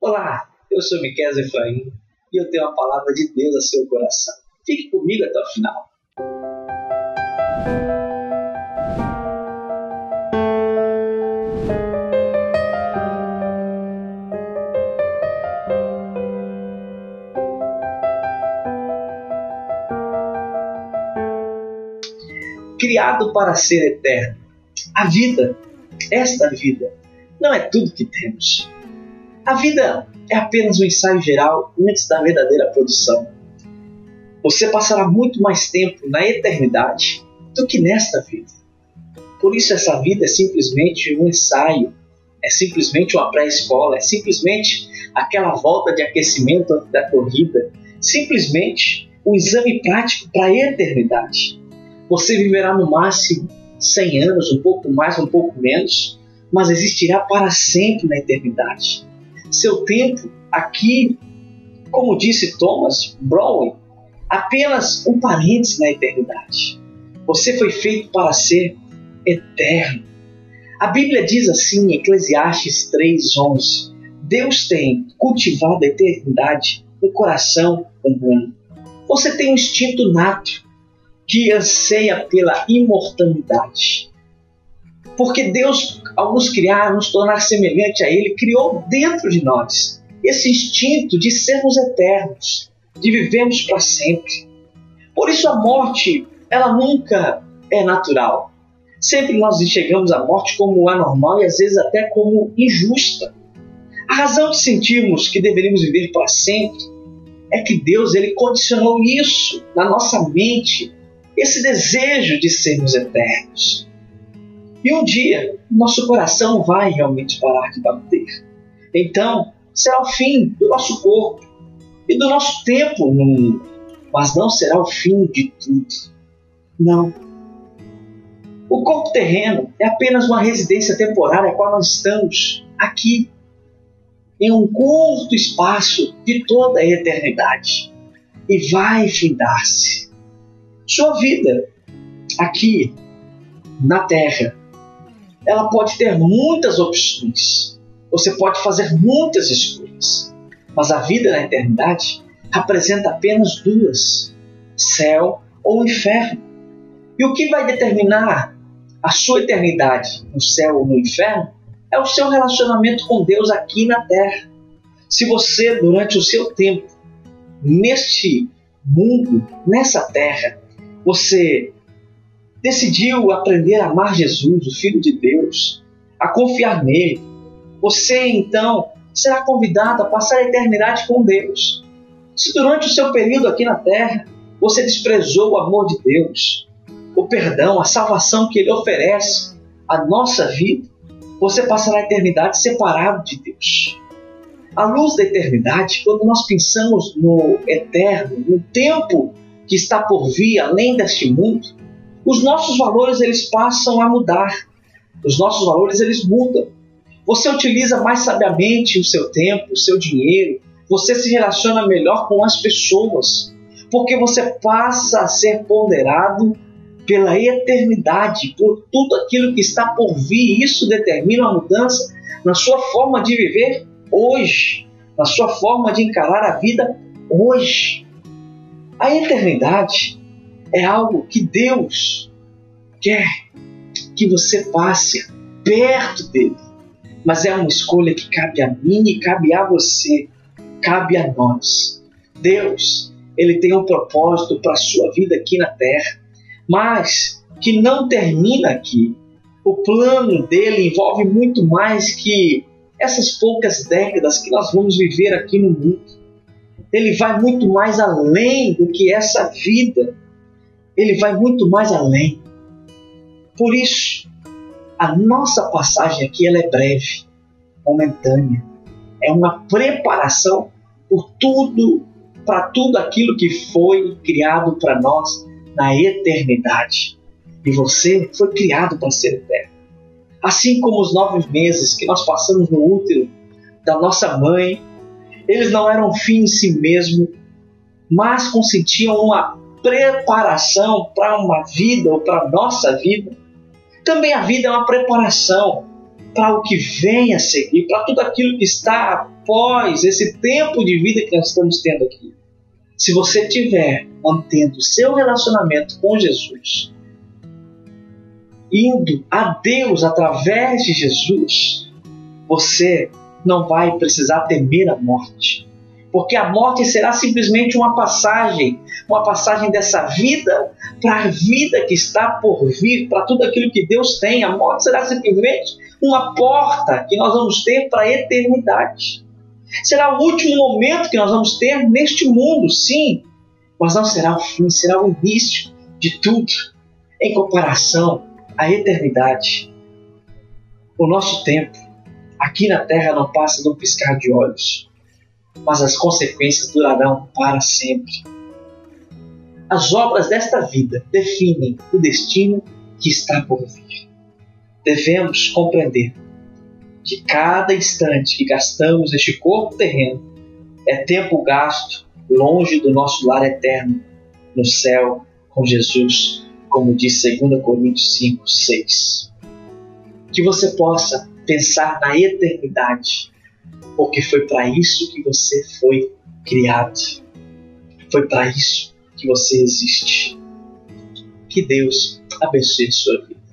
Olá, eu sou Miquel Efraim e eu tenho a palavra de Deus a seu coração. Fique comigo até o final. Criado para ser eterno. A vida, esta vida, não é tudo que temos. A vida é apenas um ensaio geral antes da verdadeira produção. Você passará muito mais tempo na eternidade do que nesta vida. Por isso essa vida é simplesmente um ensaio, é simplesmente uma pré-escola, é simplesmente aquela volta de aquecimento antes da corrida, simplesmente um exame prático para a eternidade. Você viverá no máximo 100 anos, um pouco mais, um pouco menos, mas existirá para sempre na eternidade. Seu tempo aqui, como disse Thomas Browne, apenas um parênteses na eternidade. Você foi feito para ser eterno. A Bíblia diz assim em Eclesiastes 3:11: Deus tem cultivado a eternidade no coração humano. Você tem um instinto nato que anseia pela imortalidade. Porque Deus, ao nos criar, nos tornar semelhante a Ele, criou dentro de nós esse instinto de sermos eternos, de vivermos para sempre. Por isso a morte, ela nunca é natural. Sempre nós enxergamos a morte como anormal e às vezes até como injusta. A razão de sentirmos que deveríamos viver para sempre é que Deus ele condicionou isso na nossa mente, esse desejo de sermos eternos. E um dia, nosso coração vai realmente parar de bater. Então, será o fim do nosso corpo e do nosso tempo no mundo. Mas não será o fim de tudo. Não. O corpo terreno é apenas uma residência temporária a qual nós estamos aqui, em um curto espaço de toda a eternidade. E vai findar-se. Sua vida aqui na Terra, ela pode ter muitas opções. Você pode fazer muitas escolhas. Mas a vida na eternidade apresenta apenas duas: céu ou inferno. E o que vai determinar a sua eternidade no céu ou no inferno é o seu relacionamento com Deus aqui na Terra. Se você, durante o seu tempo neste mundo, nessa Terra, você decidiu aprender a amar Jesus, o Filho de Deus, a confiar nele, você então será convidado a passar a eternidade com Deus. Se durante o seu período aqui na Terra você desprezou o amor de Deus, o perdão, a salvação que Ele oferece à nossa vida, você passará a eternidade separado de Deus. À luz da eternidade, quando nós pensamos no eterno, no tempo que está por vir além deste mundo, os nossos valores eles passam a mudar. Os nossos valores eles mudam. Você utiliza mais sabiamente o seu tempo, o seu dinheiro. Você se relaciona melhor com as pessoas. Porque você passa a ser ponderado pela eternidade, por tudo aquilo que está por vir. Isso determina uma mudança na sua forma de viver hoje, na sua forma de encarar a vida hoje. A eternidade é algo que Deus quer que você passe perto dele. Mas é uma escolha que cabe a mim e cabe a você, cabe a nós. Deus, ele tem um propósito para a sua vida aqui na Terra, mas que não termina aqui. O plano dele envolve muito mais que essas poucas décadas que nós vamos viver aqui no mundo. Ele vai muito mais além do que essa vida. Ele vai muito mais além. Por isso, a nossa passagem aqui ela é breve, momentânea. É uma preparação para tudo aquilo que foi criado para nós na eternidade. E você foi criado para ser eterno. Assim como os 9 meses que nós passamos no útero da nossa mãe, eles não eram fim em si mesmo, mas consentiam uma preparação para uma vida ou para a nossa vida. Também a vida é uma preparação para o que vem a seguir, para tudo aquilo que está após esse tempo de vida que nós estamos tendo aqui, se você estiver mantendo o seu relacionamento com Jesus, indo a Deus através de Jesus, você não vai precisar temer a morte. Porque a morte será simplesmente uma passagem dessa vida para a vida que está por vir, para tudo aquilo que Deus tem. A morte será simplesmente uma porta que nós vamos ter para a eternidade. Será o último momento que nós vamos ter neste mundo, sim, mas não será o fim, será o início de tudo em comparação à eternidade. O nosso tempo aqui na Terra não passa de um piscar de olhos, mas as consequências durarão para sempre. As obras desta vida definem o destino que está por vir. Devemos compreender que cada instante que gastamos neste corpo terreno é tempo gasto longe do nosso lar eterno, no céu com Jesus, como diz 2 Coríntios 5, 6. Que você possa pensar na eternidade, porque foi para isso que você foi criado. Foi para isso que você existe. Que Deus abençoe a sua vida.